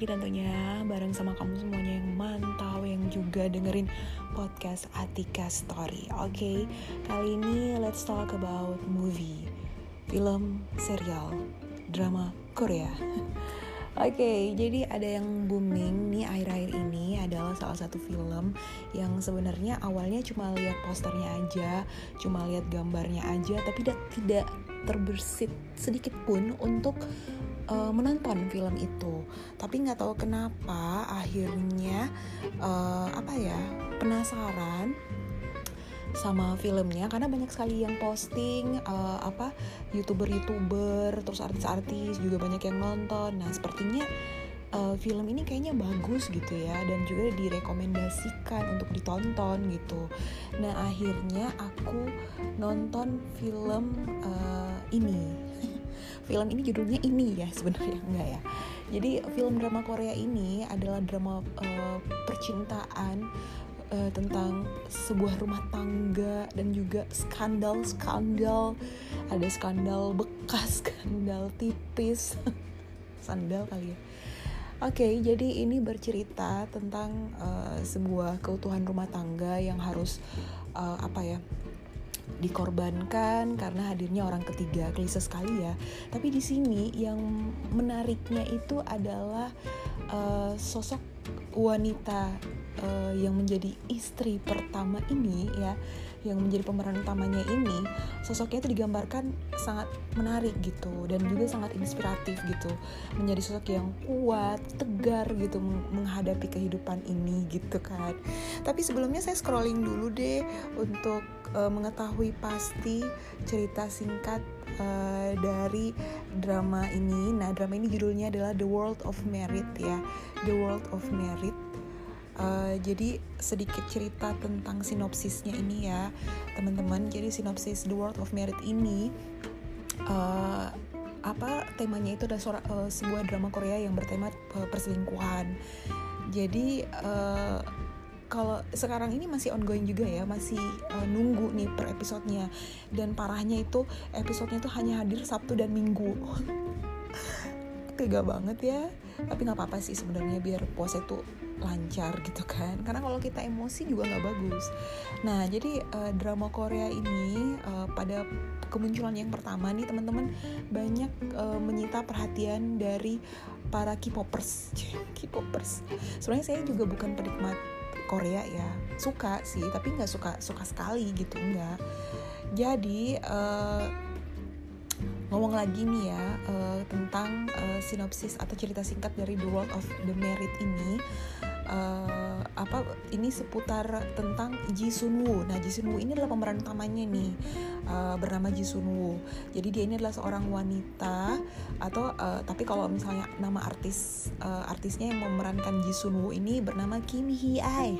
lagi tentunya bareng sama kamu semuanya yang mantau, yang juga dengerin podcast Atika Story. Oke, kali ini let's talk about movie, film, serial, drama Korea. Oke, jadi ada yang booming nih akhir-akhir ini adalah salah satu film yang sebenarnya awalnya cuma lihat posternya aja, cuma lihat gambarnya aja, tapi tidak terbersit sedikit pun untuk menonton film itu. Tapi nggak tahu kenapa akhirnya penasaran sama filmnya karena banyak sekali yang posting youtuber terus artis-artis juga banyak yang nonton. Nah sepertinya film ini kayaknya bagus gitu ya, dan juga direkomendasikan untuk ditonton gitu. Nah akhirnya aku nonton film ini. Film ini judulnya ini ya, sebenarnya enggak ya. Jadi film drama Korea ini adalah drama percintaan tentang sebuah rumah tangga dan juga skandal. Ada skandal bekas, skandal tipis, sandal kali ya. Oke, jadi ini bercerita tentang sebuah keutuhan rumah tangga yang harus dikorbankan karena hadirnya orang ketiga. Klise sekali ya. Tapi di sini yang menariknya itu adalah sosok wanita yang menjadi istri pertama ini ya, yang menjadi pemeran utamanya ini, sosoknya itu digambarkan sangat menarik gitu dan juga sangat inspiratif gitu, menjadi sosok yang kuat, tegar gitu menghadapi kehidupan ini gitu kan. Tapi sebelumnya saya scrolling dulu deh untuk mengetahui pasti cerita singkat dari drama ini. Nah drama ini judulnya adalah The World of Merit ya, The World of Merit. Jadi sedikit cerita tentang sinopsisnya ini ya teman-teman. Jadi sinopsis The World of Merit ini temanya itu adalah sebuah drama Korea yang bertema perselingkuhan. Jadi kalau sekarang ini masih ongoing juga ya, masih nunggu nih per episodenya. Dan parahnya itu episodenya itu hanya hadir Sabtu dan Minggu. Tega banget ya. Tapi nggak apa-apa sih sebenarnya, biar puasa itu lancar gitu kan. Karena kalau kita emosi juga nggak bagus. Nah jadi drama Korea ini pada kemunculan yang pertama nih teman-teman banyak menyita perhatian dari para K-popers. Sebenarnya saya juga bukan penikmat Korea ya, suka sih tapi nggak suka sekali gitu, enggak. Jadi ngomong lagi nih ya tentang sinopsis atau cerita singkat dari The World of the Merit ini. Ini seputar tentang Ji Sun-woo. Nah Ji Sun-woo ini adalah pemeran utamanya nih, bernama Ji Sun-woo. Jadi dia ini adalah seorang wanita atau tapi kalau misalnya nama artisnya yang memerankan Ji Sun-woo ini bernama Kim Hee-ae.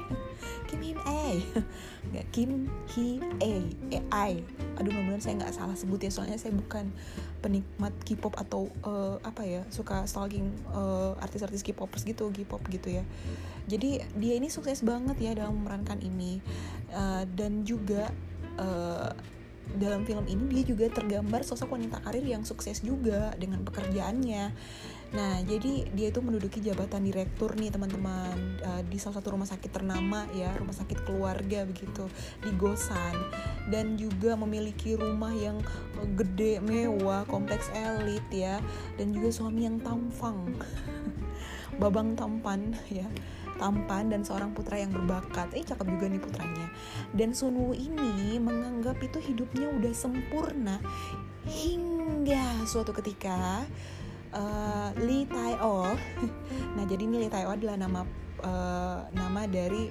Kim Hee-ae. Aduh mudah-mudahan saya nggak salah sebut ya, soalnya saya bukan penikmat K-pop atau suka stalking artis-artis K-popers gitu, K-pop gitu ya. Jadi dia ini sukses banget ya dalam memerankan ini, dan juga dalam film ini dia juga tergambar sosok wanita karir yang sukses juga dengan pekerjaannya. Nah jadi dia itu menduduki jabatan direktur nih teman-teman, di salah satu rumah sakit ternama ya, rumah sakit keluarga begitu di Gosan, dan juga memiliki rumah yang gede, mewah, kompleks elit ya, dan juga suami yang tampan babang tampan ya, tampan, dan seorang putra yang berbakat. Cakep juga nih putranya. Dan Sun-woo ini menganggap itu hidupnya udah sempurna hingga suatu ketika Lee Tae-oh. Nah jadi ini Lee Tae-oh adalah nama dari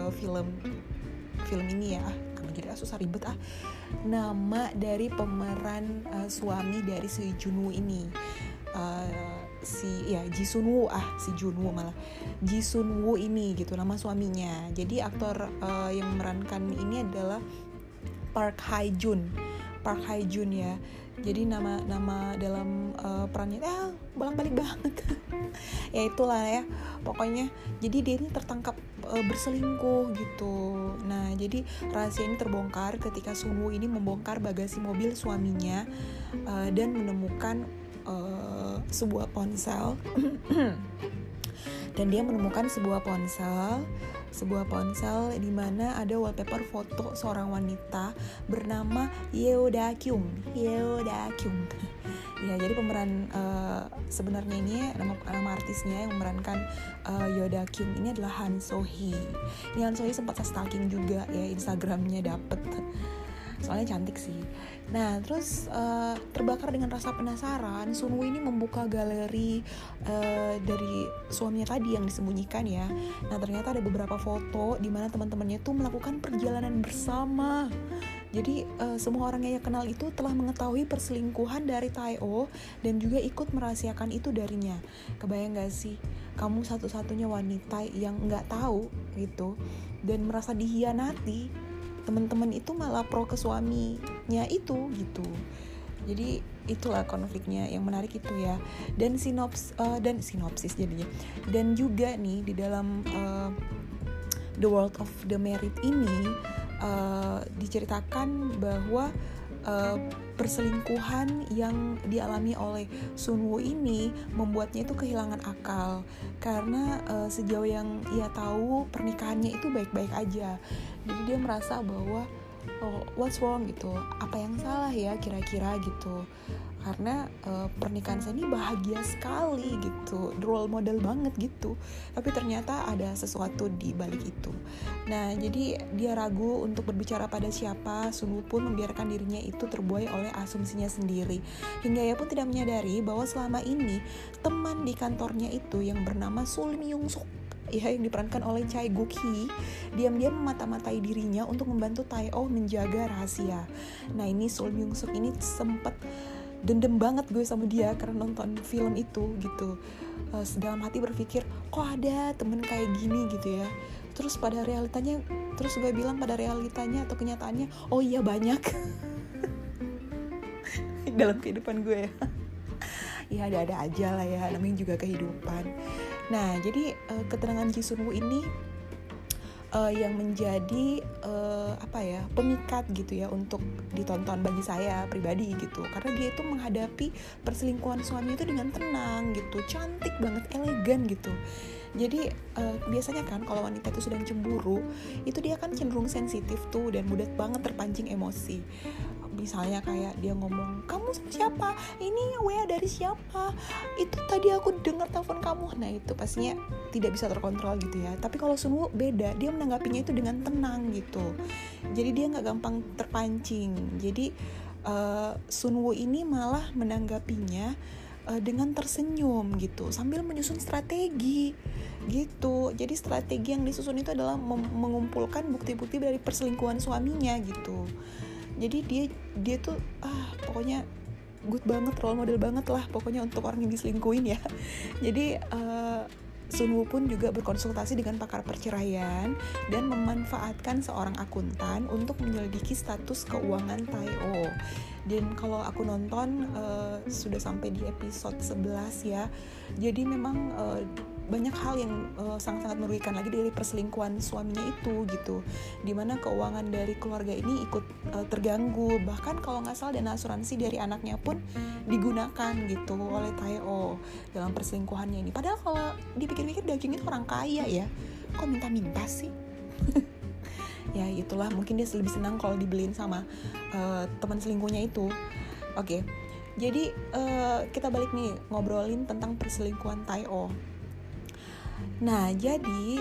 film ini ya. Jadi susah ribet nama dari pemeran suami dari si Junwoo ini. Ji Sun-woo Ji Sun-woo ini gitu nama suaminya. Jadi aktor yang memerankan ini adalah Park Hae-jun ya. Jadi nama dalam perannya bolak-balik banget. Ya itulah ya pokoknya. Jadi dia ini tertangkap berselingkuh gitu. Nah jadi rahasia ini terbongkar ketika Sun-woo ini membongkar bagasi mobil suaminya dan menemukan sebuah ponsel Dan dia menemukan sebuah ponsel di mana ada wallpaper foto seorang wanita bernama Yeo Da Kyung. Ya, jadi pemeran sebenarnya ini nama artisnya yang memerankan Yeo Da Kyung ini adalah Han So Hee. Ini Han So Hee sempat saya stalking juga ya, Instagramnya dapet. Soalnya cantik sih. Nah, terus terbakar dengan rasa penasaran, Sunwoo ini membuka galeri dari suaminya tadi yang disembunyikan ya. Nah, ternyata ada beberapa foto di mana teman-temannya tuh melakukan perjalanan bersama. Jadi semua orang yang ia kenal itu telah mengetahui perselingkuhan dari Tae-oh dan juga ikut merahasiakan itu darinya. Kebayang gak sih, kamu satu-satunya wanita yang nggak tahu gitu dan merasa dihianati, teman-teman itu malah pro ke suaminya itu gitu. Jadi itulah konfliknya yang menarik itu ya. Dan sinopsis jadinya. Dan juga nih di dalam The World of the Married ini diceritakan bahwa perselingkuhan yang dialami oleh Sunwoo ini membuatnya itu kehilangan akal karena sejauh yang ia tahu pernikahannya itu baik-baik aja. Jadi dia merasa bahwa what's wrong gitu, apa yang salah ya kira-kira gitu, karena pernikahan saya ini bahagia sekali gitu, role model banget gitu, tapi ternyata ada sesuatu di balik itu. Nah, jadi dia ragu untuk berbicara pada siapa. Sunwoo pun membiarkan dirinya itu terbuai oleh asumsinya sendiri, hingga ia pun tidak menyadari bahwa selama ini teman di kantornya itu yang bernama Sul Myung Suk ya, yang diperankan oleh Chae Guk Hee, diam-diam memata-matai dirinya untuk membantu Tae-oh menjaga rahasia. Nah, ini Sul Myung Suk ini sempet dendam banget gue sama dia karena nonton film itu gitu. Dalam hati berpikir, kok ada temen kayak gini gitu ya. Terus gue bilang pada realitanya atau kenyataannya, oh iya banyak dalam kehidupan gue ya. Ya ada-ada aja lah ya, namanya juga kehidupan. Nah, jadi keterangan Ji Sunwoo ini yang menjadi pemikat gitu ya untuk ditonton bagi saya pribadi gitu, karena dia itu menghadapi perselingkuhan suami itu dengan tenang gitu, cantik banget, elegan gitu. Jadi biasanya kan kalau wanita itu sedang cemburu itu dia kan cenderung sensitif tuh dan mudah banget terpancing emosi. Misalnya kayak dia ngomong, kamu sama siapa? Ini WA dari siapa? Itu tadi aku dengar telepon kamu. Nah, itu pastinya tidak bisa terkontrol gitu ya. Tapi kalau Sunwoo beda, dia menanggapinya itu dengan tenang gitu. Jadi dia nggak gampang terpancing. Jadi Sunwoo ini malah menanggapinya dengan tersenyum gitu, sambil menyusun strategi gitu. Jadi strategi yang disusun itu adalah mengumpulkan bukti-bukti dari perselingkuhan suaminya gitu. Jadi dia tuh pokoknya good banget, role model banget lah pokoknya untuk orang yang diselingkuhin ya. Jadi Sunwoo pun juga berkonsultasi dengan pakar perceraian dan memanfaatkan seorang akuntan untuk menyelidiki status keuangan Tae-oh. Dan kalau aku nonton sudah sampai di episode 11 ya. Jadi memang banyak hal yang sangat-sangat merugikan lagi dari perselingkuhan suaminya itu gitu, dimana keuangan dari keluarga ini ikut terganggu. Bahkan kalau nggak salah dana asuransi dari anaknya pun digunakan gitu oleh Tae-oh dalam perselingkuhannya ini. Padahal kalau dipikir-pikir Dakyung itu orang kaya ya, kok minta-minta sih? Ya itulah, mungkin dia lebih senang kalau dibeliin sama teman selingkuhnya itu. Oke. Jadi kita balik nih ngobrolin tentang perselingkuhan Tae-oh. Nah, jadi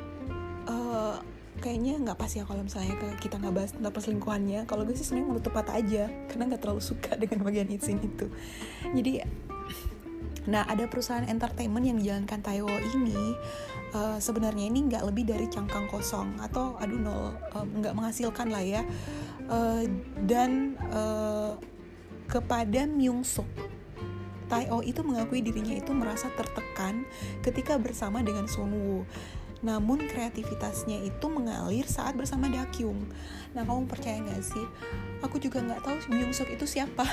kayaknya nggak pas ya kalau misalnya kita nggak bahas tentang perselingkuhannya. Kalau gue sih sebenarnya menutup mata aja karena nggak terlalu suka dengan bagian scene itu. Jadi, nah ada perusahaan entertainment yang dijalankan Tae-oh ini sebenarnya ini nggak lebih dari cangkang kosong atau nggak menghasilkan lah ya. Dan kepada Myung Suk, Tae-oh itu mengakui dirinya itu merasa tertekan ketika bersama dengan Sunwoo. Namun kreativitasnya itu mengalir saat bersama Dakyung. Nah, kamu percaya gak sih? Aku juga gak tahu Myung Suk itu siapa.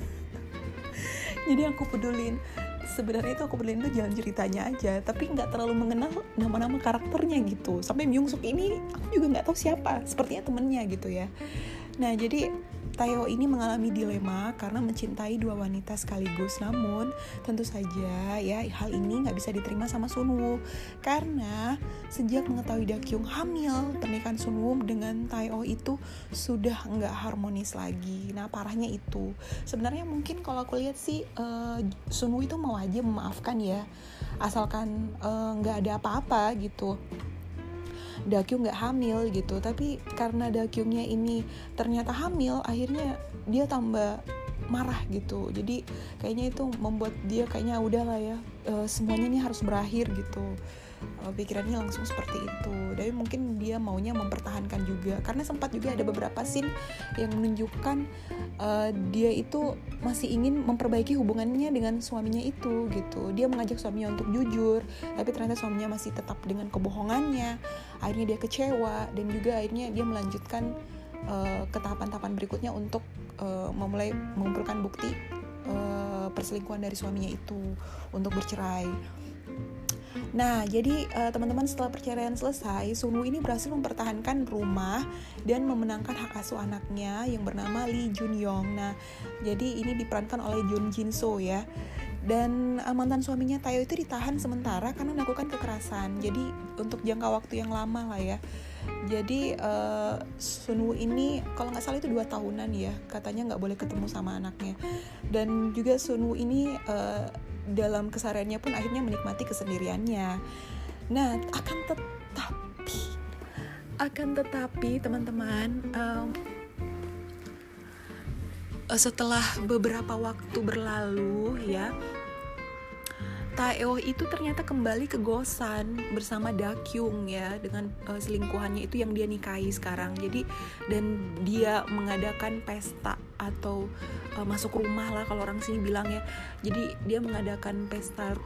Jadi aku pedulin. Sebenarnya itu aku pedulin itu jalan ceritanya aja, tapi gak terlalu mengenal nama-nama karakternya gitu. Sampai Myung Suk ini aku juga gak tahu siapa. Sepertinya temennya gitu ya. Nah, jadi Taeho ini mengalami dilema karena mencintai dua wanita sekaligus. Namun tentu saja ya hal ini nggak bisa diterima sama Sunwoo karena sejak mengetahui Dakyung hamil, pernikahan Sunwoo dengan Taeho itu sudah nggak harmonis lagi. Nah parahnya itu sebenarnya mungkin kalau aku lihat sih Sunwoo itu mau aja memaafkan ya, asalkan nggak ada apa-apa gitu, Dakyung nggak hamil gitu. Tapi karena Dakyungnya ini ternyata hamil, akhirnya dia tambah marah gitu. Jadi kayaknya itu membuat dia kayaknya udahlah ya, semuanya ini harus berakhir gitu. Pikirannya langsung seperti itu. Tapi mungkin dia maunya mempertahankan juga karena sempat juga ada beberapa scene yang menunjukkan dia itu masih ingin memperbaiki hubungannya dengan suaminya itu gitu. Dia mengajak suaminya untuk jujur, tapi ternyata suaminya masih tetap dengan kebohongannya. Akhirnya dia kecewa dan juga akhirnya dia melanjutkan ke tahapan-tahapan berikutnya untuk memulai mengumpulkan bukti perselingkuhan dari suaminya itu untuk bercerai. Nah, jadi teman-teman, setelah perceraian selesai, Sunwoo ini berhasil mempertahankan rumah dan memenangkan hak asuh anaknya yang bernama Lee Junyoung. Nah, jadi ini diperankan oleh Jun Jin-soo ya. Dan mantan suaminya Taeho itu ditahan sementara karena melakukan kekerasan. Jadi untuk jangka waktu yang lama lah ya. Jadi Sunwoo ini kalau nggak salah itu 2 tahunan ya, katanya nggak boleh ketemu sama anaknya. Dan juga Sunwoo ini dalam kesehariannya pun akhirnya menikmati kesendiriannya. Nah, akan tetapi teman-teman, setelah beberapa waktu berlalu ya, Taeho itu ternyata kembali ke Gosan bersama Dakyung ya, dengan selingkuhannya itu yang dia nikahi sekarang. Jadi dan dia mengadakan pesta atau masuk rumah lah kalau orang sini bilang ya. Jadi dia mengadakan pesta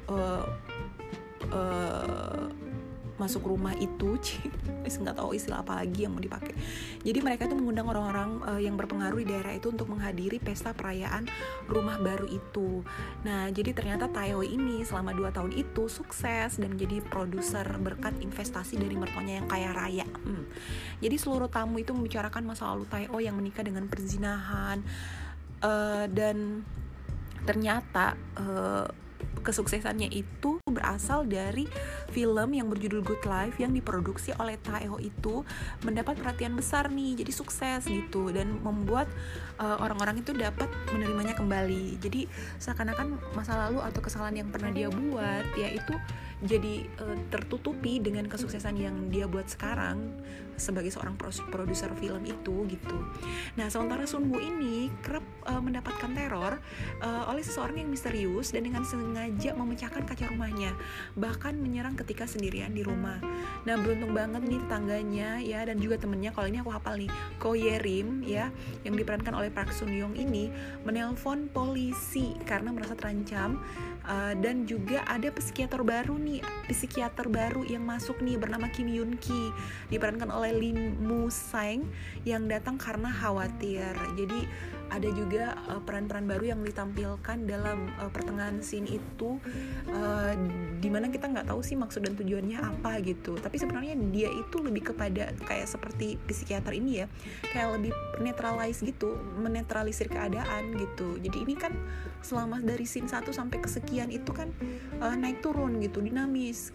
masuk rumah itu, nggak tahu istilah apa lagi yang mau dipakai. Jadi mereka tuh mengundang orang-orang yang berpengaruh di daerah itu untuk menghadiri pesta perayaan rumah baru itu. Nah, jadi ternyata Taeho ini selama 2 tahun itu sukses dan menjadi produser berkat investasi dari mertuanya yang kaya raya. Jadi seluruh tamu itu membicarakan masa lalu Taeho yang menikah dengan perzinahan, dan ternyata kesuksesannya itu berasal dari film yang berjudul Good Life yang diproduksi oleh Taeho itu mendapat perhatian besar nih, jadi sukses gitu dan membuat orang-orang itu dapat menerimanya kembali. Jadi seakan-akan masa lalu atau kesalahan yang pernah dia buat ya itu jadi tertutupi dengan kesuksesan yang dia buat sekarang sebagai seorang produser film itu gitu. Nah, sementara Sunwoo ini kerap mendapatkan teror oleh seseorang yang misterius dan dengan sengaja memecahkan kaca rumahnya, bahkan menyerang ketika sendirian di rumah. Nah, beruntung banget nih tetangganya ya dan juga temennya, kalau ini aku hafal nih, Ko Ye-rim ya, yang diperankan oleh Park Sun-young ini menelpon polisi karena merasa terancam. Dan juga ada psikiater baru yang masuk nih bernama Kim Yoon-ki, diperankan oleh Lim Moo-sang yang datang karena khawatir. Jadi ada juga peran-peran baru yang ditampilkan dalam pertengahan scene itu, dimana kita nggak tahu sih maksud dan tujuannya apa gitu. Tapi sebenarnya dia itu lebih kepada kayak seperti psikiater ini ya, kayak lebih netralize gitu, menetralisir keadaan gitu. Jadi ini kan selama dari scene 1 sampai kesekian itu kan naik turun gitu, dinamis,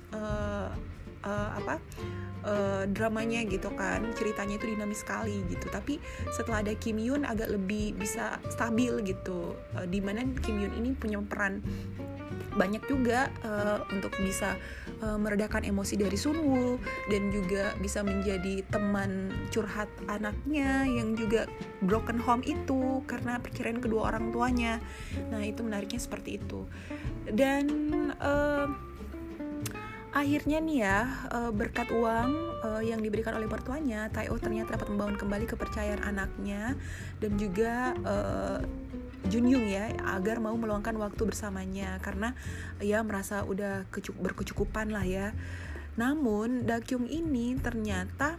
dramanya gitu kan, ceritanya itu dinamis sekali gitu. Tapi setelah ada Kim Yoon agak lebih bisa stabil gitu, dimana Kim Yoon ini punya peran banyak juga untuk bisa meredakan emosi dari Sunwoo dan juga bisa menjadi teman curhat anaknya yang juga broken home itu karena perceraian kedua orang tuanya. Nah, itu menariknya seperti itu. Dan akhirnya nih ya, berkat uang yang diberikan oleh mertuanya, Taeho ternyata dapat membangun kembali kepercayaan anaknya dan juga Junyoung ya, agar mau meluangkan waktu bersamanya karena ya merasa udah berkecukupan lah ya. Namun Dakyung ini ternyata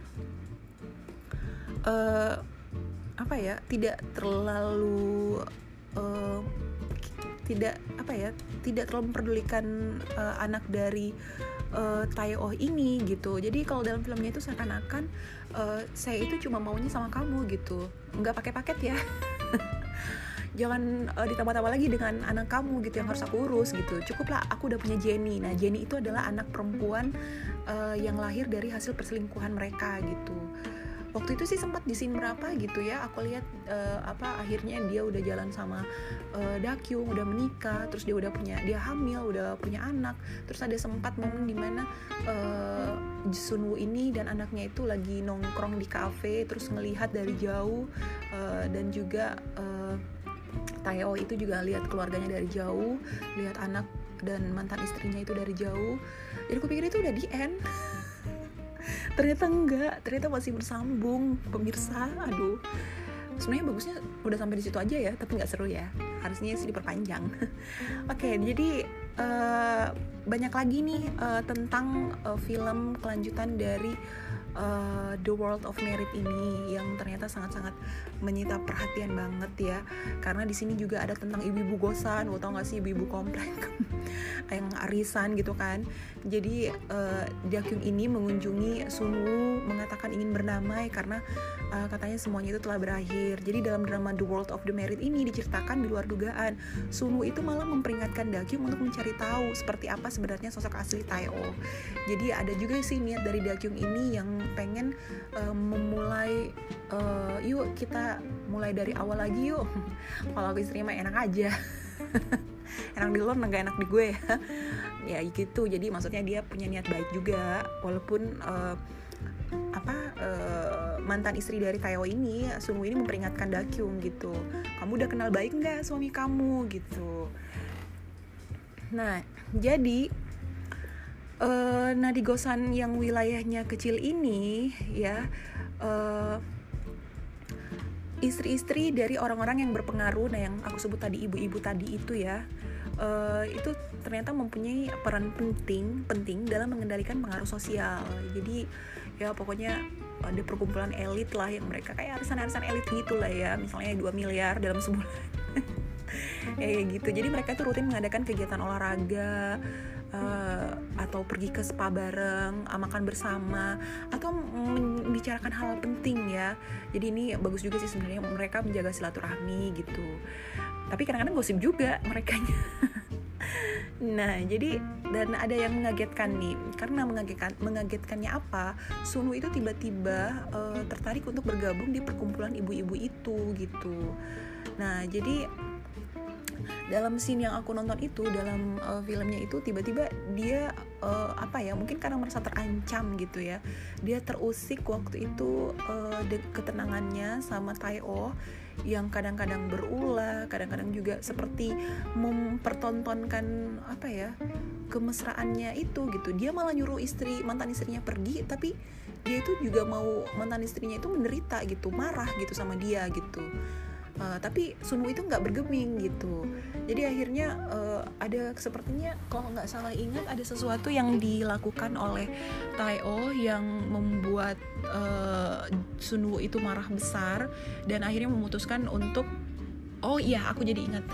tidak terlalu tidak terlalu memperdulikan anak dari Tae-oh ini gitu. Jadi kalau dalam filmnya itu seakan-akan saya itu cuma maunya sama kamu gitu, nggak pakai paket ya. Jangan ditambah-tambah lagi dengan anak kamu gitu yang harus aku urus gitu. Cukuplah aku udah punya Jenny. Nah Jenny itu adalah anak perempuan yang lahir dari hasil perselingkuhan mereka gitu. Waktu itu sih sempat di scene berapa gitu ya, aku lihat akhirnya dia udah jalan sama Dakyung, udah menikah, terus dia hamil, udah punya anak. Terus ada sempat momen dimana Sunwoo ini dan anaknya itu lagi nongkrong di kafe, terus ngelihat dari jauh, dan juga Tae-oh itu juga lihat keluarganya dari jauh, lihat anak dan mantan istrinya itu dari jauh. Jadi aku pikir itu udah di end. Ternyata enggak, ternyata masih bersambung, pemirsa. Aduh, sebenarnya bagusnya udah sampai di situ aja ya, tapi nggak seru ya, harusnya sih diperpanjang. Oke, jadi banyak lagi nih tentang film kelanjutan dari The World of Merit ini yang ternyata sangat-sangat menyita perhatian banget ya, karena di sini juga ada tentang ibu-ibu gosan, tau nggak sih, ibu-ibu komplek yang arisan gitu kan. Jadi Dakyung ini mengunjungi Sunwoo, mengatakan ingin berdamai karena katanya semuanya itu telah berakhir. Jadi dalam drama The World of the Merit ini diceritakan di luar dugaan, Sunwoo itu malah memperingatkan Dakyung untuk mencari tahu seperti apa sebenarnya sosok asli Tae-oh. Jadi ada juga sih niat dari Dakyung ini yang pengen memulai, yuk kita mulai dari awal lagi yuk. Kalau aku istrinya mah enak aja. Enak di luar, nggak enak di gue ya gitu. Jadi maksudnya dia punya niat baik juga, walaupun mantan istri dari Tae-oh ini, Sunwoo ini memperingatkan Dakyung gitu, kamu udah kenal baik nggak suami kamu gitu. Nah jadi Nadigosan yang wilayahnya kecil ini ya, istri-istri dari orang-orang yang berpengaruh, nah yang aku sebut tadi, ibu-ibu tadi itu ya, itu ternyata mempunyai peran penting dalam mengendalikan pengaruh sosial. Jadi ya pokoknya ada perkumpulan elit lah, yang mereka kayak arisan-arisan elit gitu lah ya, misalnya 2 miliar dalam sebulan. Ya gitu. Jadi mereka tuh rutin mengadakan kegiatan olahraga, atau pergi ke spa bareng, makan bersama, atau membicarakan hal penting ya. Jadi ini bagus juga sih sebenarnya, mereka menjaga silaturahmi gitu. Tapi kadang-kadang gosip juga merekanya. Nah jadi, dan ada yang mengagetkan nih, karena mengagetkannya apa, Sunwoo itu tiba-tiba tertarik untuk bergabung di perkumpulan ibu-ibu itu gitu. Nah jadi dalam scene yang aku nonton itu, dalam filmnya itu, tiba-tiba dia mungkin karena merasa terancam gitu ya, dia terusik waktu itu ketenangannya sama Tae-oh yang kadang-kadang berulah, kadang-kadang juga seperti mempertontonkan kemesraannya itu gitu. Dia malah nyuruh mantan istrinya pergi, tapi dia itu juga mau mantan istrinya itu menderita gitu, marah gitu sama dia gitu. Tapi Sunwoo itu nggak bergeming gitu. Jadi akhirnya ada sepertinya, kalau nggak salah ingat, ada sesuatu yang dilakukan oleh Tae-oh yang membuat Sunwoo itu marah besar, dan akhirnya memutuskan untuk, oh iya aku jadi ingat.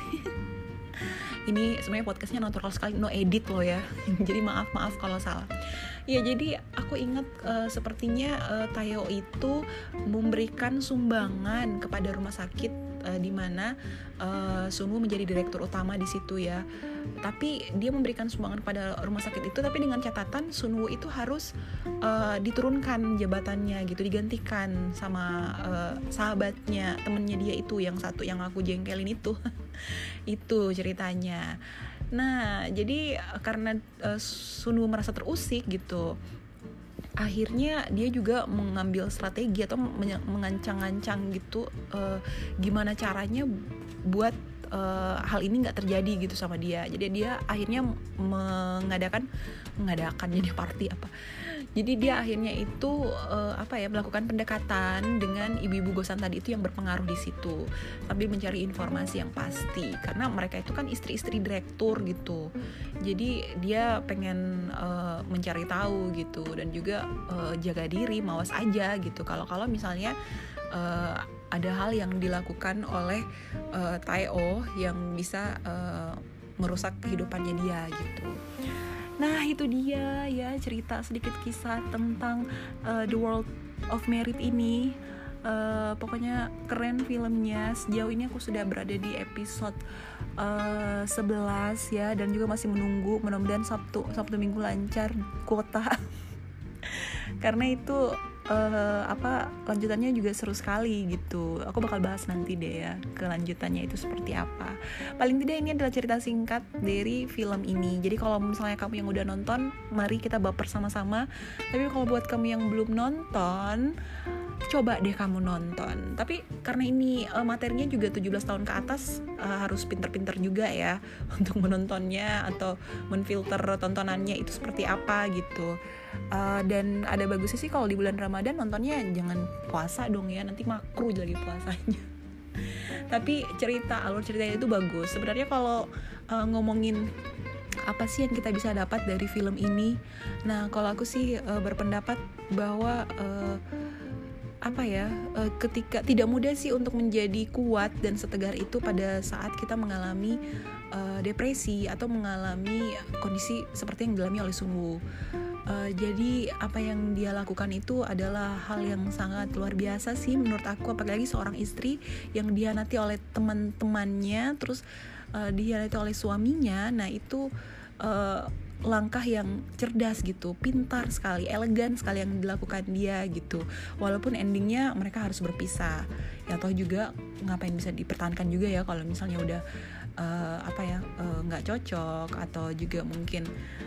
Ini sebenarnya podcastnya natural sekali, no edit loh ya. Jadi maaf kalau salah. Ya jadi aku ingat sepertinya Tae-oh itu memberikan sumbangan kepada rumah sakit di mana Sunwoo menjadi direktur utama di situ ya. Tapi dia memberikan sumbangan kepada rumah sakit itu, tapi dengan catatan Sunwoo itu harus diturunkan jabatannya gitu, digantikan sama sahabatnya, temennya dia itu, yang satu yang aku jengkelin itu. Itu ceritanya. Nah jadi karena Sunwoo merasa terusik gitu, akhirnya dia juga mengambil strategi atau mengancang-ancang gitu, gimana caranya buat hal ini nggak terjadi gitu sama dia. Jadi dia akhirnya mengadakan jadi party apa. Jadi dia akhirnya itu melakukan pendekatan dengan ibu-ibu gosan tadi itu yang berpengaruh di situ, sambil mencari informasi yang pasti, karena mereka itu kan istri-istri direktur gitu. Jadi dia pengen mencari tahu gitu, dan juga jaga diri, mawas aja gitu. Kalau misalnya ada hal yang dilakukan oleh Tae-oh yang bisa merusak kehidupannya dia gitu. Nah itu dia ya cerita sedikit kisah tentang The World of Merit ini. Pokoknya keren filmnya. Sejauh ini aku sudah berada di episode 11 ya, dan juga masih menunggu, mudah-mudahan Sabtu Minggu lancar kuota karena itu lanjutannya juga seru sekali gitu. Aku bakal bahas nanti deh ya kelanjutannya itu seperti apa. Paling tidak ini adalah cerita singkat dari film ini. Jadi kalau misalnya kamu yang udah nonton, mari kita baper sama-sama. Tapi kalau buat kamu yang belum nonton, coba deh kamu nonton. Tapi karena ini materinya juga 17 tahun ke atas, harus pinter-pinter juga ya untuk menontonnya atau menfilter tontonannya itu seperti apa gitu. Dan ada bagusnya sih kalau di bulan Ramadan nontonnya jangan puasa dong ya, nanti makruh lagi puasanya. Tapi alur ceritanya itu bagus. Sebenarnya kalau ngomongin apa sih yang kita bisa dapat dari film ini, nah kalau aku sih berpendapat bahwa ketika tidak mudah sih untuk menjadi kuat dan setegar itu pada saat kita mengalami depresi atau mengalami kondisi seperti yang dialami oleh Sun Woo. Jadi apa yang dia lakukan itu adalah hal yang sangat luar biasa sih menurut aku, apalagi seorang istri yang dihianati oleh teman-temannya, terus dihianati oleh suaminya. Nah itu langkah yang cerdas gitu, pintar sekali, elegan sekali yang dilakukan dia gitu. Walaupun endingnya mereka harus berpisah. Ya toh juga ngapain bisa dipertahankan juga ya kalau misalnya udah nggak cocok atau juga mungkin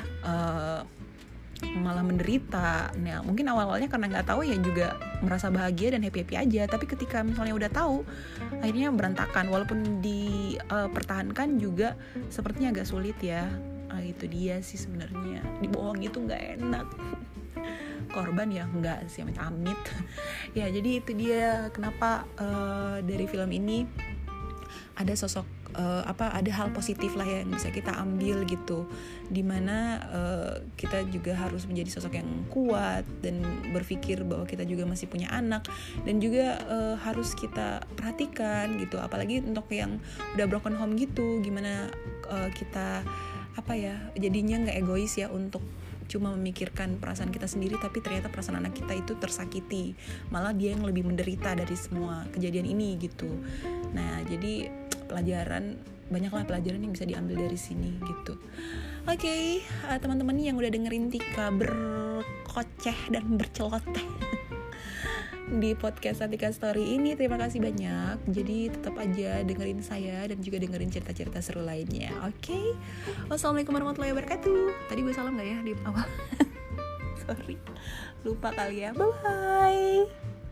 malah menderita. Nah mungkin awal-awalnya karena nggak tahu ya juga merasa bahagia dan happy aja, tapi ketika misalnya udah tahu akhirnya berantakan. Walaupun dipertahankan juga sepertinya agak sulit ya. Itu dia sih sebenarnya, dibohong itu nggak enak. Korban ya enggak sih, amit-amit. Ya jadi itu dia kenapa dari film ini ada sosok ada hal positif lah yang bisa kita ambil gitu, dimana kita juga harus menjadi sosok yang kuat dan berpikir bahwa kita juga masih punya anak dan juga harus kita perhatikan gitu, apalagi untuk yang udah broken home gitu, gimana kita jadinya nggak egois ya untuk cuma memikirkan perasaan kita sendiri, tapi ternyata perasaan anak kita itu tersakiti, malah dia yang lebih menderita dari semua kejadian ini gitu. Nah jadi banyaklah pelajaran yang bisa diambil dari sini gitu. Oke, teman-teman yang udah dengerin Tika berkoceh dan berceloteh di podcast Atika Story ini, terima kasih banyak. Jadi tetap aja dengerin saya dan juga dengerin cerita-cerita seru lainnya. Oke, wassalamualaikum warahmatullahi wabarakatuh. Tadi gue salam gak ya di awal? Sorry, lupa kali ya. Bye-bye.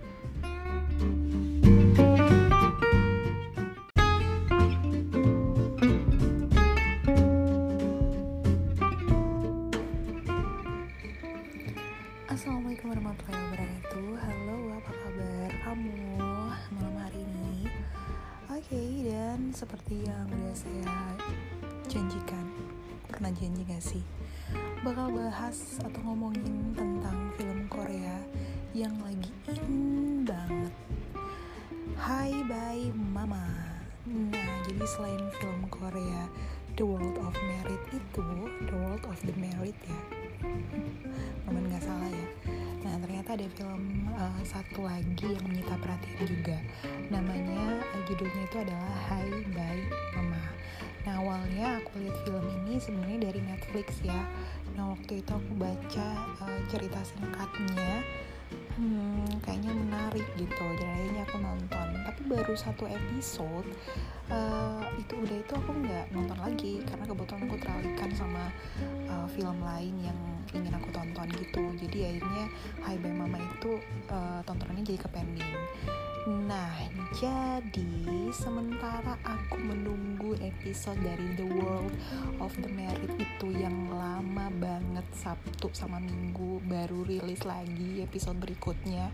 Assalamualaikum warahmatullahi wabarakatuh. Halo, apa kabar kamu malam hari ini? Oke, dan seperti yang udah saya janjikan, pernah janji gak sih? Bakal bahas atau ngomongin tentang film Korea yang lagi in banget, Hi Bye Mama. Nah, jadi selain film Korea The World of Merit itu, The World of the Merit ya, momen gak salah ya. Nah ternyata ada film satu lagi yang menyita perhatian juga. Namanya judulnya itu adalah Hi Bye Mama. Nah awalnya aku lihat film ini sebenarnya dari Netflix ya. Nah waktu itu aku baca cerita singkatnya, kayaknya menarik gitu, jadi akhirnya aku nonton. Tapi baru satu episode itu aku nggak nonton lagi karena kebetulan aku teralihkan sama film lain yang ingin aku tonton gitu. Jadi akhirnya Hi Bye Mama itu tontonannya jadi kepending. Nah jadi sementara aku menunggu episode dari The World of the Merit itu yang lama banget, Sabtu sama Minggu baru rilis lagi episode berikutnya.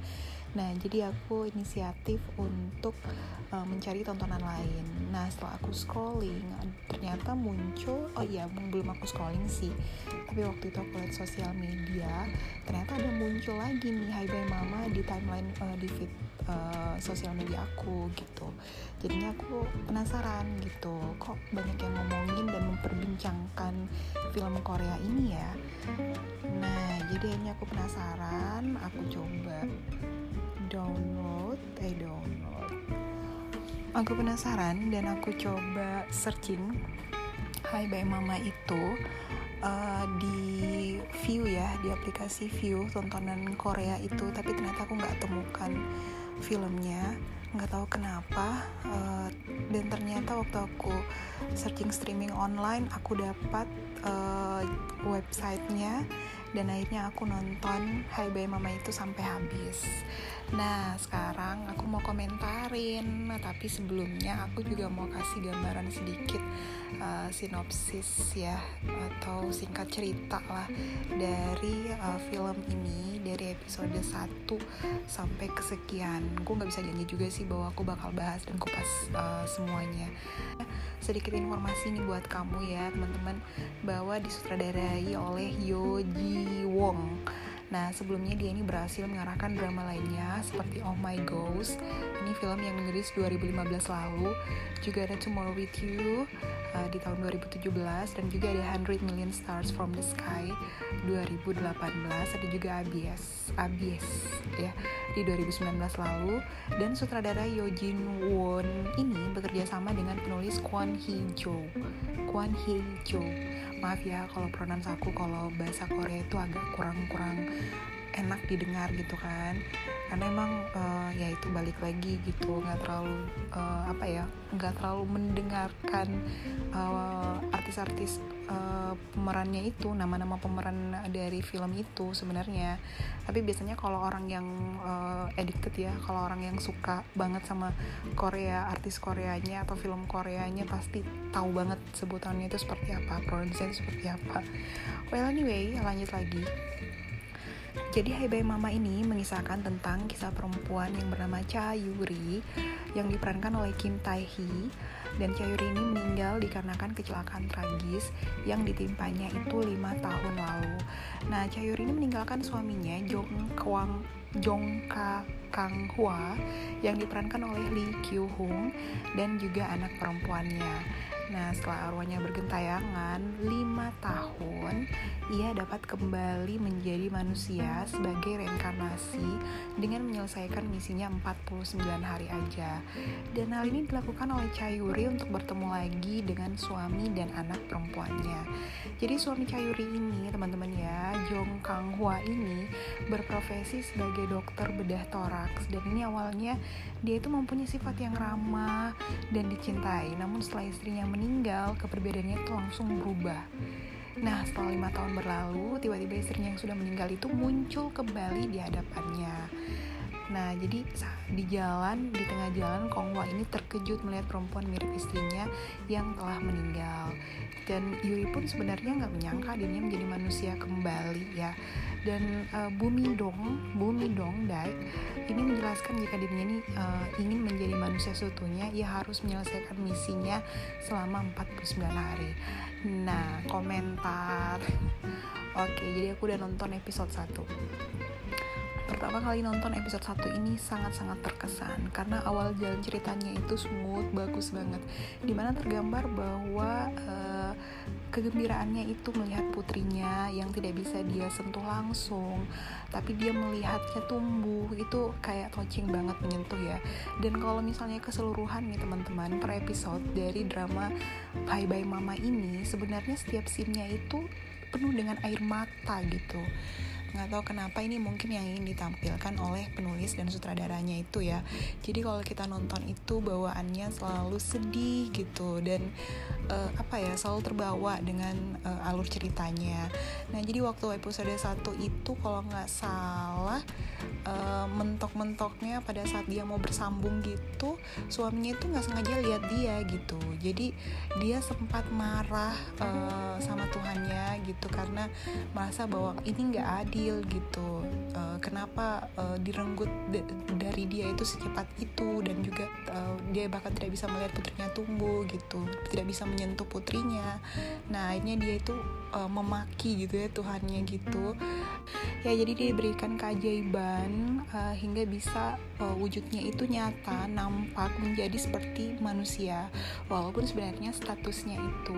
Nah, jadi aku inisiatif untuk mencari tontonan lain. Nah, setelah aku scrolling, ternyata muncul, belum aku scrolling sih, tapi waktu itu aku lihat sosial media, ternyata ada muncul lagi nih Hai Bye Mama di timeline, di feed sosial media aku gitu. Jadinya aku penasaran gitu, kok banyak yang ngomongin dan memperbincangkan film Korea ini ya. Nah, jadi akhirnya aku penasaran, aku coba download. Aku penasaran dan aku coba searching Hai Bye Mama itu di View ya, di aplikasi View tontonan Korea itu, tapi ternyata aku nggak temukan filmnya, nggak tahu kenapa. Dan ternyata waktu aku searching streaming online, aku dapat websitenya, dan akhirnya aku nonton Hai Bye Mama itu sampai habis. Nah, sekarang aku mau komentarin, tapi sebelumnya aku juga mau kasih gambaran sedikit, sinopsis ya, atau singkat cerita lah dari film ini, dari episode 1 sampai kesekian. Gue gak bisa janji juga sih bahwa aku bakal bahas dan kupas semuanya. Sedikit informasi nih buat kamu ya teman-teman, bahwa disutradarai oleh Yo Ji Won. Nah, sebelumnya dia ini berhasil mengarahkan drama lainnya seperti Oh My Ghost, ini film yang rilis 2015 lalu. Juga ada Tomorrow With You di tahun 2017, dan juga ada 100 Million Stars From The Sky 2018. Ada juga ABS ya di 2019 lalu. Dan sutradara Yo Ji Won ini bekerja sama dengan penulis Kwon Hee Jo. Maaf ya kalau pronounce aku, kalau bahasa Korea itu agak kurang enak didengar gitu kan, karena emang ya itu balik lagi gitu, nggak terlalu mendengarkan artis-artis pemerannya itu, nama-nama pemeran dari film itu sebenarnya. Tapi biasanya kalau orang yang addicted ya, kalau orang yang suka banget sama Korea, artis Koreanya atau film Koreanya, pasti tahu banget sebutannya itu seperti apa, pronunciation seperti apa. Well anyway, lanjut lagi. Jadi Hai Bye Mama ini mengisahkan tentang kisah perempuan yang bernama Cha Yuri yang diperankan oleh Kim Tae Hee. Dan Cha Yuri ini meninggal dikarenakan kecelakaan tragis yang ditimpanya itu 5 tahun lalu. Nah, Cha Yuri ini meninggalkan suaminya Jong Kang Hwa yang diperankan oleh Lee Kyu Hung dan juga anak perempuannya. Nah, setelah arwahnya bergentayangan 5 tahun, ia dapat kembali menjadi manusia sebagai reinkarnasi dengan menyelesaikan misinya 49 hari aja. Dan hal ini dilakukan oleh Cha Yuri untuk bertemu lagi dengan suami dan anak perempuannya. Jadi suami Cha Yuri ini, teman-teman ya, Jong Kang Hwa ini berprofesi sebagai dokter bedah toraks, dan ini awalnya dia itu mempunyai sifat yang ramah dan dicintai. Namun setelah istrinya meninggal, kepribadiannya itu langsung berubah. Nah, setelah 5 tahun berlalu, tiba-tiba istrinya yang sudah meninggal itu muncul kembali di hadapannya. Nah, jadi di tengah jalan, Kong Hwa ini terkejut melihat perempuan mirip istrinya yang telah meninggal. Dan Yuri pun sebenarnya nggak menyangka dirinya menjadi manusia kembali ya. Dan Bumi Dong Daik ini menjelaskan jika dirinya ini ingin menjadi manusia seutuhnya, ia harus menyelesaikan misinya selama 49 hari. Nah, komentar. Oke, jadi aku udah nonton episode 1. Pertama kali nonton episode 1 ini sangat-sangat terkesan karena awal jalan ceritanya itu smooth, bagus banget, dimana tergambar bahwa kegembiraannya itu melihat putrinya yang tidak bisa dia sentuh langsung, tapi dia melihatnya tumbuh, itu kayak touching banget, menyentuh ya. Dan kalau misalnya keseluruhan nih teman-teman, per episode dari drama Hai Bye Mama ini, sebenarnya setiap scene-nya itu penuh dengan air mata gitu. Nggak tahu kenapa, ini mungkin yang ingin ditampilkan oleh penulis dan sutradaranya itu ya. Jadi kalau kita nonton itu bawaannya selalu sedih gitu, dan selalu terbawa dengan alur ceritanya. Nah, jadi waktu episode 1 itu kalau nggak salah, mentok-mentoknya pada saat dia mau bersambung gitu, suaminya itu nggak sengaja lihat dia gitu. Jadi dia sempat marah sama Tuhannya gitu, karena merasa bahwa ini nggak adil adil gitu. Kenapa direnggut dari dia itu secepat itu, dan juga dia bahkan tidak bisa melihat putrinya tumbuh gitu, tidak bisa menyentuh putrinya. Nah akhirnya dia itu memaki gitu ya Tuhannya gitu ya. Jadi dia diberikan keajaiban hingga bisa wujudnya itu nyata, nampak, menjadi seperti manusia, walaupun sebenarnya statusnya itu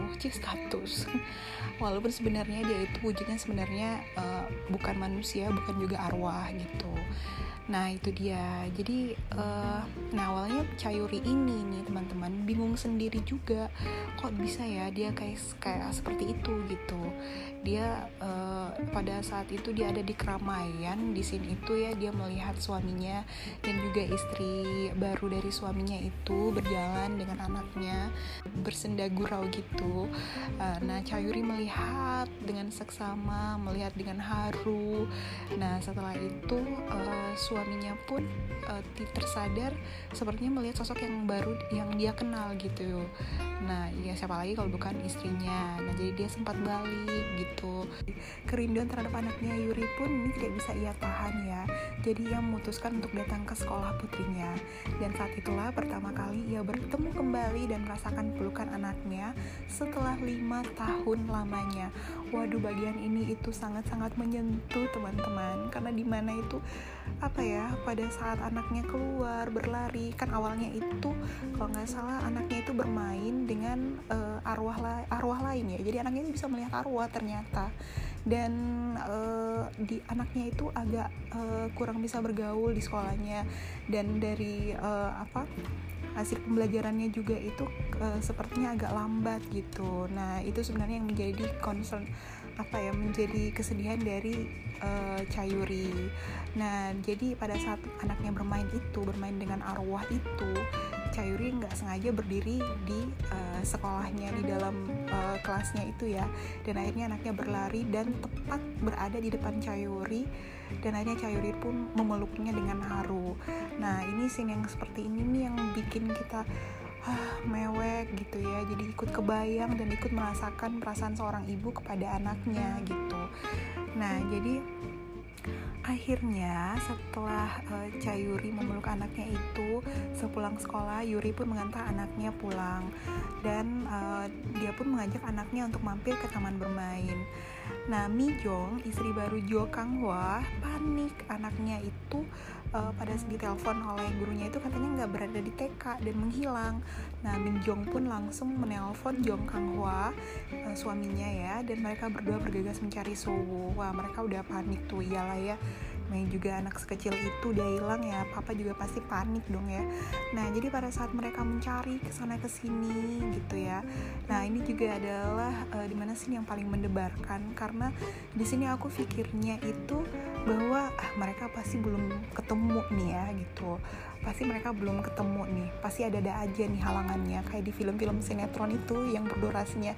walaupun sebenarnya dia itu wujudnya sebenarnya bukan manusia, bukan juga arwah gitu. Nah itu dia. Jadi nah awalnya Chayuri ini nih teman-teman bingung sendiri juga, kok bisa ya dia kayak seperti itu gitu. Dia pada saat itu dia ada di keramaian di scene itu ya, dia melihat suaminya dan juga istri baru dari suaminya itu berjalan dengan anaknya bersenda gurau gitu. Nah Chayuri melihat dengan seksama, melihat dengan haru. Nah setelah itu suaminya pun tersadar sepertinya melihat sosok yang baru yang dia kenal gitu. Nah ya siapa lagi kalau bukan istrinya. Nah jadi dia sempat balik gitu. Kerinduan terhadap anaknya Yuri pun ini tidak bisa ia tahan ya. Jadi ia memutuskan untuk datang ke sekolah putrinya. Dan saat itulah pertama kali ia bertemu kembali dan merasakan pelukan anaknya setelah 5 tahun lamanya. Waduh, bagian ini itu sangat-sangat menyentuh teman-teman, karena di mana itu pada saat anaknya keluar berlari, kan awalnya itu kalau nggak salah anaknya itu bermain dengan arwah lain ya. Jadi anaknya itu bisa melihat arwah ternyata, dan anaknya itu agak kurang bisa bergaul di sekolahnya, dan dari hasil pembelajarannya juga itu sepertinya agak lambat gitu. Nah itu sebenarnya yang menjadi concern menjadi kesedihan dari Chayuri. Nah jadi pada saat anaknya bermain dengan arwah itu, Chayuri nggak sengaja berdiri di sekolahnya, di dalam kelasnya itu ya, dan akhirnya anaknya berlari dan tepat berada di depan Chayuri, dan akhirnya Chayuri pun memeluknya dengan haru. Nah ini scene yang seperti ini nih yang bikin kita mewek gitu ya, jadi ikut kebayang dan ikut merasakan perasaan seorang ibu kepada anaknya gitu. Nah jadi akhirnya setelah Chayuri memeluk anaknya itu, sepulang sekolah Yuri pun mengantar anaknya pulang, dan dia pun mengajak anaknya untuk mampir ke taman bermain. Nah Mi-jong, istri baru Jo Kang-hwa, panik anaknya itu pada ditelepon oleh gurunya itu katanya nggak berada di TK dan menghilang. Nah Mi-jong pun langsung menelpon Jong Kang-hwa, suaminya ya, dan mereka berdua bergegas mencari Sowo. Wah mereka udah panik tuh, iyalah ya, main juga anak sekecil itu udah hilang ya, papa juga pasti panik dong ya. Nah jadi pada saat mereka mencari kesana kesini gitu ya, nah ini juga adalah dimana sih yang paling mendebarkan, karena di sini aku pikirnya itu bahwa mereka pasti belum ketemu nih ya gitu, pasti mereka belum ketemu nih, pasti ada aja nih halangannya, kayak di film-film sinetron itu yang berdurasinya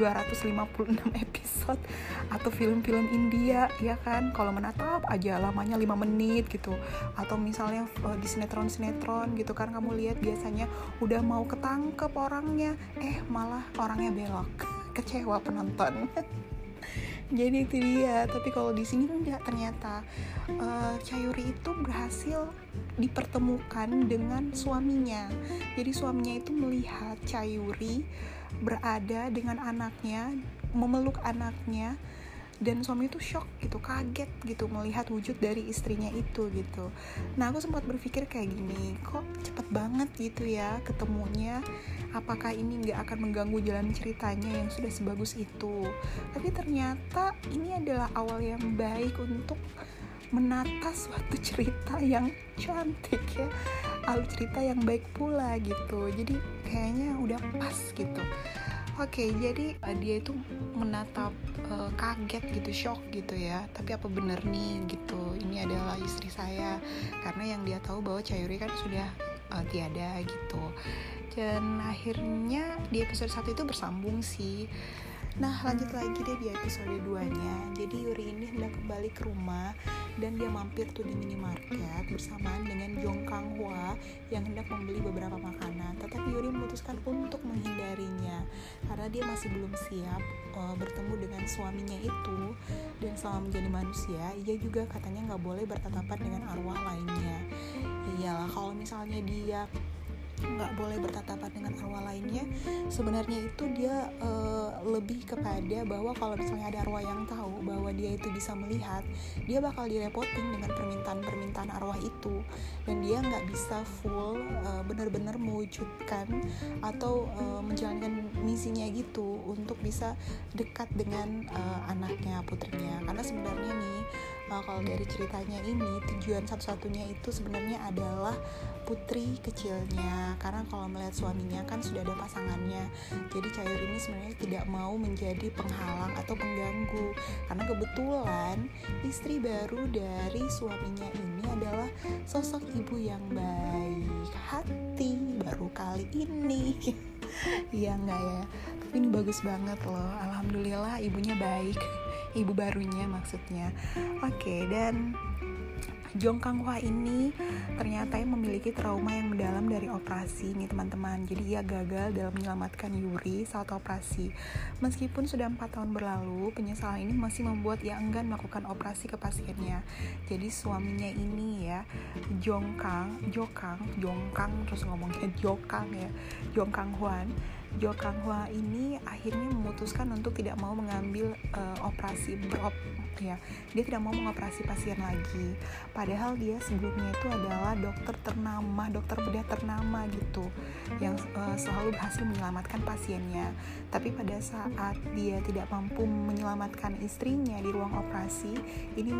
256 episode, atau film-film India ya kan, kalau menatap aja lamanya 5 menit gitu, atau misalnya di sinetron-sinetron gitu kan, kamu lihat biasanya udah mau ketangkep orangnya, malah orangnya belok, kecewa penonton. Jadi itu dia. Tapi kalau di sini enggak, ternyata Chayuri itu berhasil dipertemukan dengan suaminya. Jadi suaminya itu melihat Chayuri berada dengan anaknya, memeluk anaknya, dan suami itu shock gitu, kaget gitu melihat wujud dari istrinya itu gitu. Nah aku sempat berpikir kayak gini, kok cepet banget gitu ya ketemunya, apakah ini gak akan mengganggu jalan ceritanya yang sudah sebagus itu. Tapi ternyata ini adalah awal yang baik untuk menata suatu cerita yang cantik ya, alur cerita yang baik pula gitu. Jadi kayaknya udah pas gitu. Oke, jadi dia itu menatap kaget gitu, shock gitu ya. Tapi apa bener nih gitu, ini adalah istri saya. Karena yang dia tahu bahwa Chayuri kan sudah tiada gitu. Dan akhirnya di episode 1 itu bersambung sih. Nah, lanjut lagi deh di episode 2-nya. Jadi Yuri ini hendak kembali ke rumah dan dia mampir tuh di minimarket bersamaan dengan Jong Kang Hwa yang hendak membeli beberapa makanan. Tetapi Yuri memutuskan untuk menghindarinya karena dia masih belum siap bertemu dengan suaminya itu. Dan selama menjadi manusia, ia juga katanya nggak boleh bertatapan dengan arwah lainnya. Iyalah, kalau misalnya dia nggak boleh bertatapan dengan arwah lainnya, sebenarnya itu dia lebih kepada bahwa kalau misalnya ada arwah yang tahu bahwa dia itu bisa melihat, dia bakal direpotin dengan permintaan arwah itu, dan dia nggak bisa full benar-benar mewujudkan atau menjalankan misinya gitu untuk bisa dekat dengan anaknya, putrinya. Karena sebenarnya nih kalau dari ceritanya ini, tujuan satu-satunya itu sebenarnya adalah putri kecilnya, karena kalau melihat suaminya kan sudah ada pasangannya. Jadi Chayur ini sebenarnya tidak mau menjadi penghalang atau pengganggu, karena kebetulan istri baru dari suaminya ini adalah sosok ibu yang baik hati baru kali ini. Iya enggak ya? Tapi ini bagus banget loh, alhamdulillah ibunya baik, ibu barunya maksudnya. Oke, dan Jong Kang Hwa ini ternyata memiliki trauma yang mendalam dari operasi nih teman-teman. Jadi ia gagal dalam menyelamatkan Yuri saat operasi. Meskipun sudah 4 tahun berlalu, penyesalan ini masih membuat ia enggan melakukan operasi ke pasiennya. Jadi suaminya ini ya, Jong Kang terus ngomongnya Jong Kang Hwa ini akhirnya memutuskan untuk tidak mau mengambil dia tidak mau mengoperasi pasien lagi. Padahal dia sebelumnya itu adalah dokter bedah ternama gitu, yang selalu berhasil menyelamatkan pasiennya. Tapi pada saat dia tidak mampu menyelamatkan istrinya di ruang operasi, ini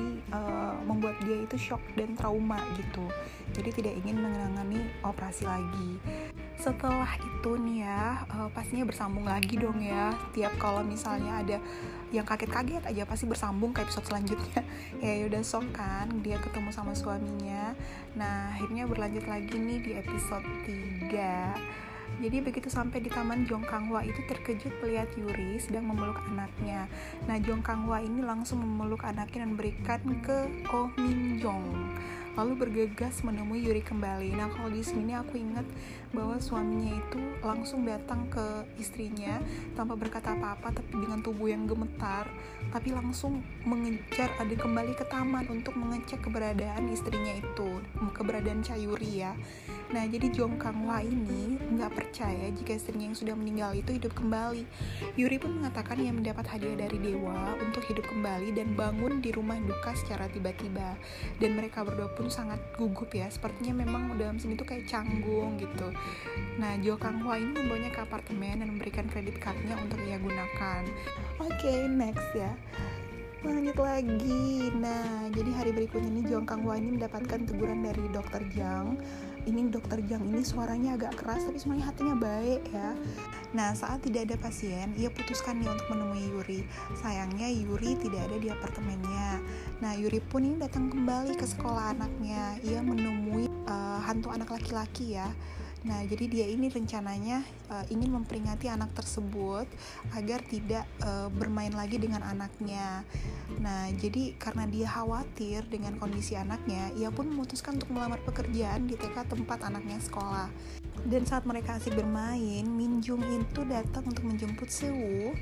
membuat dia itu shock dan trauma gitu. Jadi tidak ingin menangani operasi lagi. Setelah itu nih ya, pastinya bersambung lagi dong ya. Tiap kalau misalnya ada yang kaget-kaget aja pasti bersambung ke episode selanjutnya. Ya udah sok kan dia ketemu sama suaminya. Nah, akhirnya berlanjut lagi nih di episode 3. Jadi begitu sampai di taman, Jong Kang Hwa itu terkejut melihat Yuri sedang memeluk anaknya. Nah, Jong Kang Hwa ini langsung memeluk anaknya dan berikan ke Oh Min Jong, lalu bergegas menemui Yuri kembali. Nah, kalau di sini aku ingat bahwa suaminya itu langsung datang ke istrinya tanpa berkata apa-apa, tapi dengan tubuh yang gemetar, tapi langsung mengejar kembali ke taman untuk mengecek keberadaan istrinya itu, keberadaan Chayuri ya. Nah, jadi Jong Kang Hwa ini nggak percaya jika istrinya yang sudah meninggal itu hidup kembali. Yuri pun mengatakan ia mendapat hadiah dari dewa untuk hidup kembali dan bangun di rumah duka secara tiba-tiba. Dan mereka berdua pun sangat gugup ya, sepertinya memang dalam sini tuh kayak canggung gitu. Nah, Jong Kang Hwa ini membawanya ke apartemen dan memberikan kredit cardnya untuk ia gunakan. Oke, next ya. Lanjut lagi. Nah, jadi hari berikutnya ini Jong Kang Hwa ini mendapatkan teguran dari Dokter Jang. Ini Dokter Jang ini suaranya agak keras tapi sebenarnya hatinya baik ya. Nah, saat tidak ada pasien, ia putuskan nih untuk menemui Yuri. Sayangnya Yuri tidak ada di apartemennya. Nah, Yuri pun ini datang kembali ke sekolah anaknya. Ia menemui hantu anak laki-laki ya. Nah, jadi dia ini rencananya ingin memperingati anak tersebut agar tidak bermain lagi dengan anaknya. Nah, jadi karena dia khawatir dengan kondisi anaknya, ia pun memutuskan untuk melamar pekerjaan di TK tempat anaknya sekolah. Dan saat mereka asik bermain, Min Jung itu datang untuk menjemput Sewu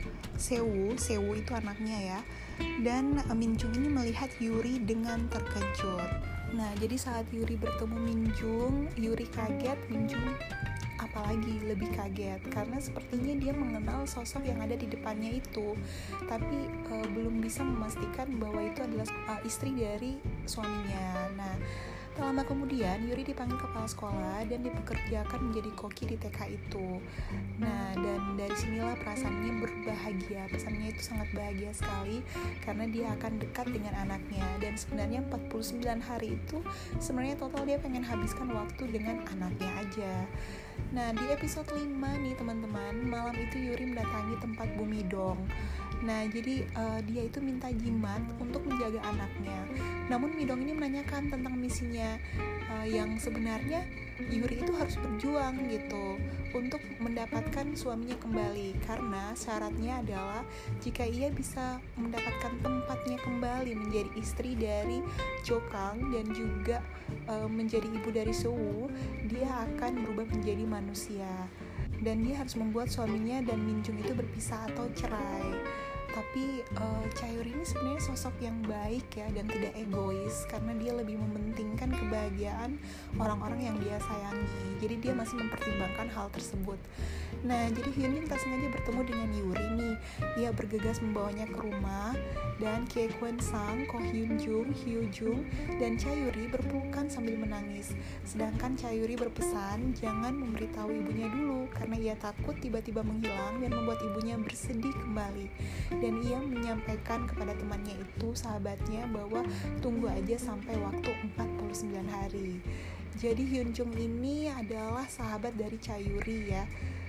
itu anaknya ya. Dan Min Jung ini melihat Yuri dengan terkejut. Nah, jadi saat Yuri bertemu Min Jung, Yuri kaget, Min Jung apalagi lebih kaget karena sepertinya dia mengenal sosok yang ada di depannya itu, tapi belum bisa memastikan bahwa itu adalah istri dari suaminya. Nah, tak lama kemudian Yuri dipanggil kepala sekolah dan dipekerjakan menjadi koki di TK itu. Nah, dan dari sinilah perasaannya berbahagia. Pesannya itu sangat bahagia sekali karena dia akan dekat dengan anaknya. Dan sebenarnya 49 hari itu sebenarnya total dia pengen habiskan waktu dengan anaknya aja. Nah, di episode 5 nih teman-teman, malam itu Yuri mendatangi tempat Bumi Dong. Nah, jadi dia itu minta jimat untuk menjaga anaknya. Namun Midong ini menanyakan tentang misinya, yang sebenarnya Yuri itu harus berjuang gitu untuk mendapatkan suaminya kembali, karena syaratnya adalah jika ia bisa mendapatkan tempatnya kembali menjadi istri dari Jokang dan juga menjadi ibu dari Suwu, dia akan berubah menjadi manusia. Dan dia harus membuat suaminya dan Minjung itu berpisah atau cerai. Tapi Chayuri ini sebenarnya sosok yang baik ya, dan tidak egois, karena dia lebih mementingkan kebahagiaan orang-orang yang dia sayangi. Jadi dia masih mempertimbangkan hal tersebut. Nah, jadi Hyunjin tak sengaja bertemu dengan Yuri nih. Ia bergegas membawanya ke rumah, dan Kye Kwan Sang, Ko Hyun Jung, Hyo Jung, dan Chayuri berpelukan sambil menangis. Sedangkan Chayuri berpesan jangan memberitahu ibunya dulu, karena ia takut tiba-tiba menghilang dan membuat ibunya bersedih kembali. Dan ia menyampaikan kepada temannya itu, sahabatnya, bahwa tunggu aja sampai waktu 49 hari. Jadi Hyunjung ini adalah sahabat dari Chayuri ya.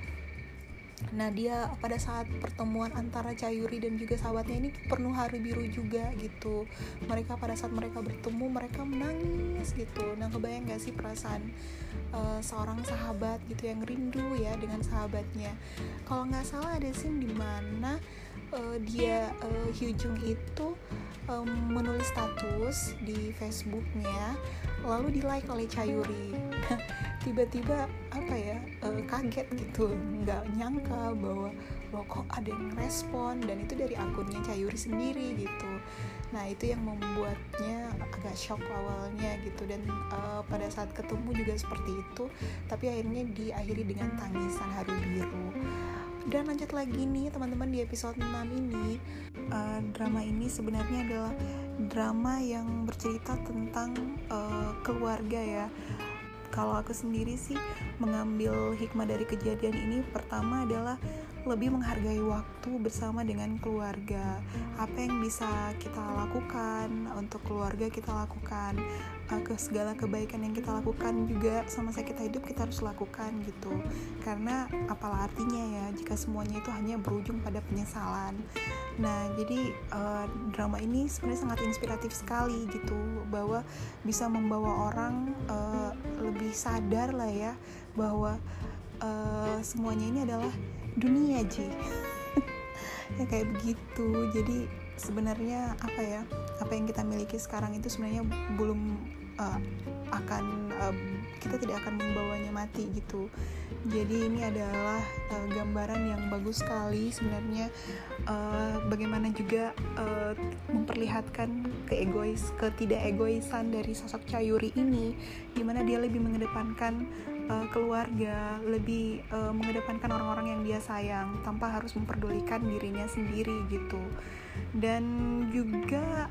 Nah, dia pada saat pertemuan antara Chayuri dan juga sahabatnya ini penuh haru biru juga gitu. Mereka pada saat mereka bertemu, mereka menangis gitu. Nah, kebayang gak sih perasaan seorang sahabat gitu yang rindu ya dengan sahabatnya. Kalau nggak salah ada scene di mana Hyunjung itu menulis status di Facebooknya, lalu di like oleh Chayuri. Tiba-tiba kaget gitu, nggak nyangka bahwa kok ada yang respon, dan itu dari akunnya Chayuri sendiri gitu. Nah, itu yang membuatnya agak shock awalnya gitu, dan pada saat ketemu juga seperti itu, tapi akhirnya diakhiri dengan tangisan haru biru. Dan lanjut lagi nih teman-teman, di episode 6 ini drama ini sebenarnya adalah drama yang bercerita tentang keluarga ya. Kalau aku sendiri sih mengambil hikmah dari kejadian ini, pertama adalah lebih menghargai waktu bersama dengan keluarga. Apa yang bisa kita lakukan untuk keluarga kita lakukan, ke segala kebaikan yang kita lakukan juga semasa kita hidup kita harus lakukan gitu. Karena apalah artinya ya jika semuanya itu hanya berujung pada penyesalan. Nah, jadi drama ini sebenarnya sangat inspiratif sekali gitu, bahwa bisa membawa orang lebih sadar lah ya, bahwa semuanya ini adalah dunia Ji. Ya kayak begitu. Jadi sebenarnya apa yang kita miliki sekarang itu sebenarnya belum kita tidak akan membawanya mati gitu. Jadi ini adalah gambaran yang bagus sekali sebenarnya, bagaimana juga memperlihatkan ketidak egoisan dari sosok Chayuri ini, dimana dia lebih mengedepankan keluarga, lebih mengedepankan orang-orang yang dia sayang tanpa harus memperdulikan dirinya sendiri gitu. Dan juga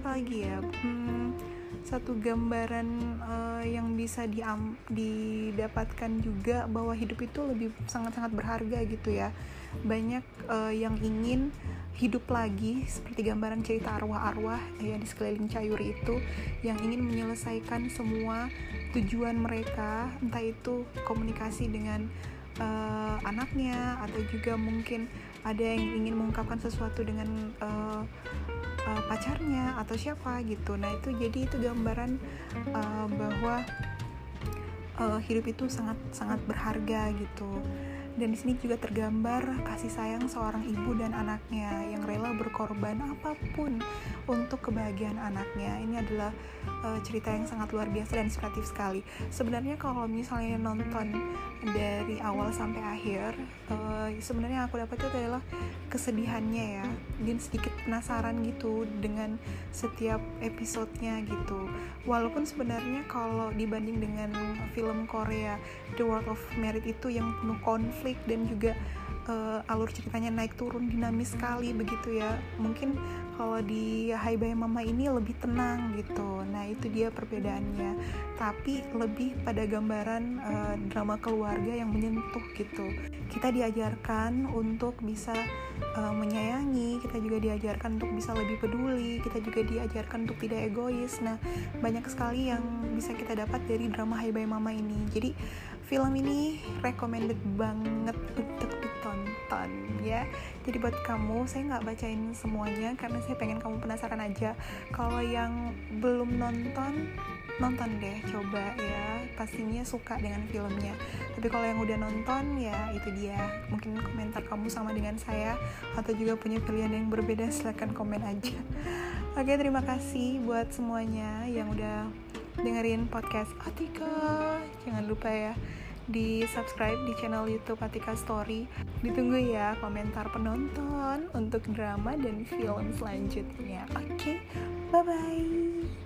satu gambaran yang bisa didapatkan juga, bahwa hidup itu lebih sangat-sangat berharga gitu ya. Banyak yang ingin hidup lagi, seperti gambaran cerita arwah-arwah ya di sekeliling Chayuri itu, yang ingin menyelesaikan semua tujuan mereka, entah itu komunikasi dengan anaknya, atau juga mungkin ada yang ingin mengungkapkan sesuatu dengan pacarnya atau siapa gitu. Nah, itu gambaran bahwa hidup itu sangat berharga gitu. Dan di sini juga tergambar kasih sayang seorang ibu dan anaknya yang rela berkorban apapun untuk kebahagiaan anaknya. Ini adalah cerita yang sangat luar biasa dan inspiratif sekali. Sebenarnya kalau misalnya nonton dari awal sampai akhir, sebenarnya yang aku dapat itu adalah kesedihannya ya, dan sedikit penasaran gitu dengan setiap episodenya gitu. Walaupun sebenarnya kalau dibanding dengan film Korea The World of Merit itu yang penuh konflik dan juga alur ceritanya naik turun dinamis sekali begitu ya, mungkin kalau di Hai Bye Mama ini lebih tenang gitu. Nah, itu dia perbedaannya, tapi lebih pada gambaran drama keluarga yang menyentuh gitu. Kita diajarkan untuk bisa menyayangi, kita juga diajarkan untuk bisa lebih peduli, kita juga diajarkan untuk tidak egois. Nah, banyak sekali yang bisa kita dapat dari drama Hai Bye Mama ini. Jadi film ini recommended banget untuk ditonton ya. Jadi buat kamu, saya nggak bacain semuanya karena saya pengen kamu penasaran aja. Kalau yang belum nonton deh, coba ya, pastinya suka dengan filmnya. Tapi kalau yang udah nonton, ya itu dia, mungkin komentar kamu sama dengan saya atau juga punya pilihan yang berbeda, silahkan komen aja. Oke, terima kasih buat semuanya yang udah dengerin podcast Atika. Jangan lupa ya di subscribe di channel YouTube Atika Story. Ditunggu ya komentar penonton untuk drama dan film selanjutnya. Oke, bye bye.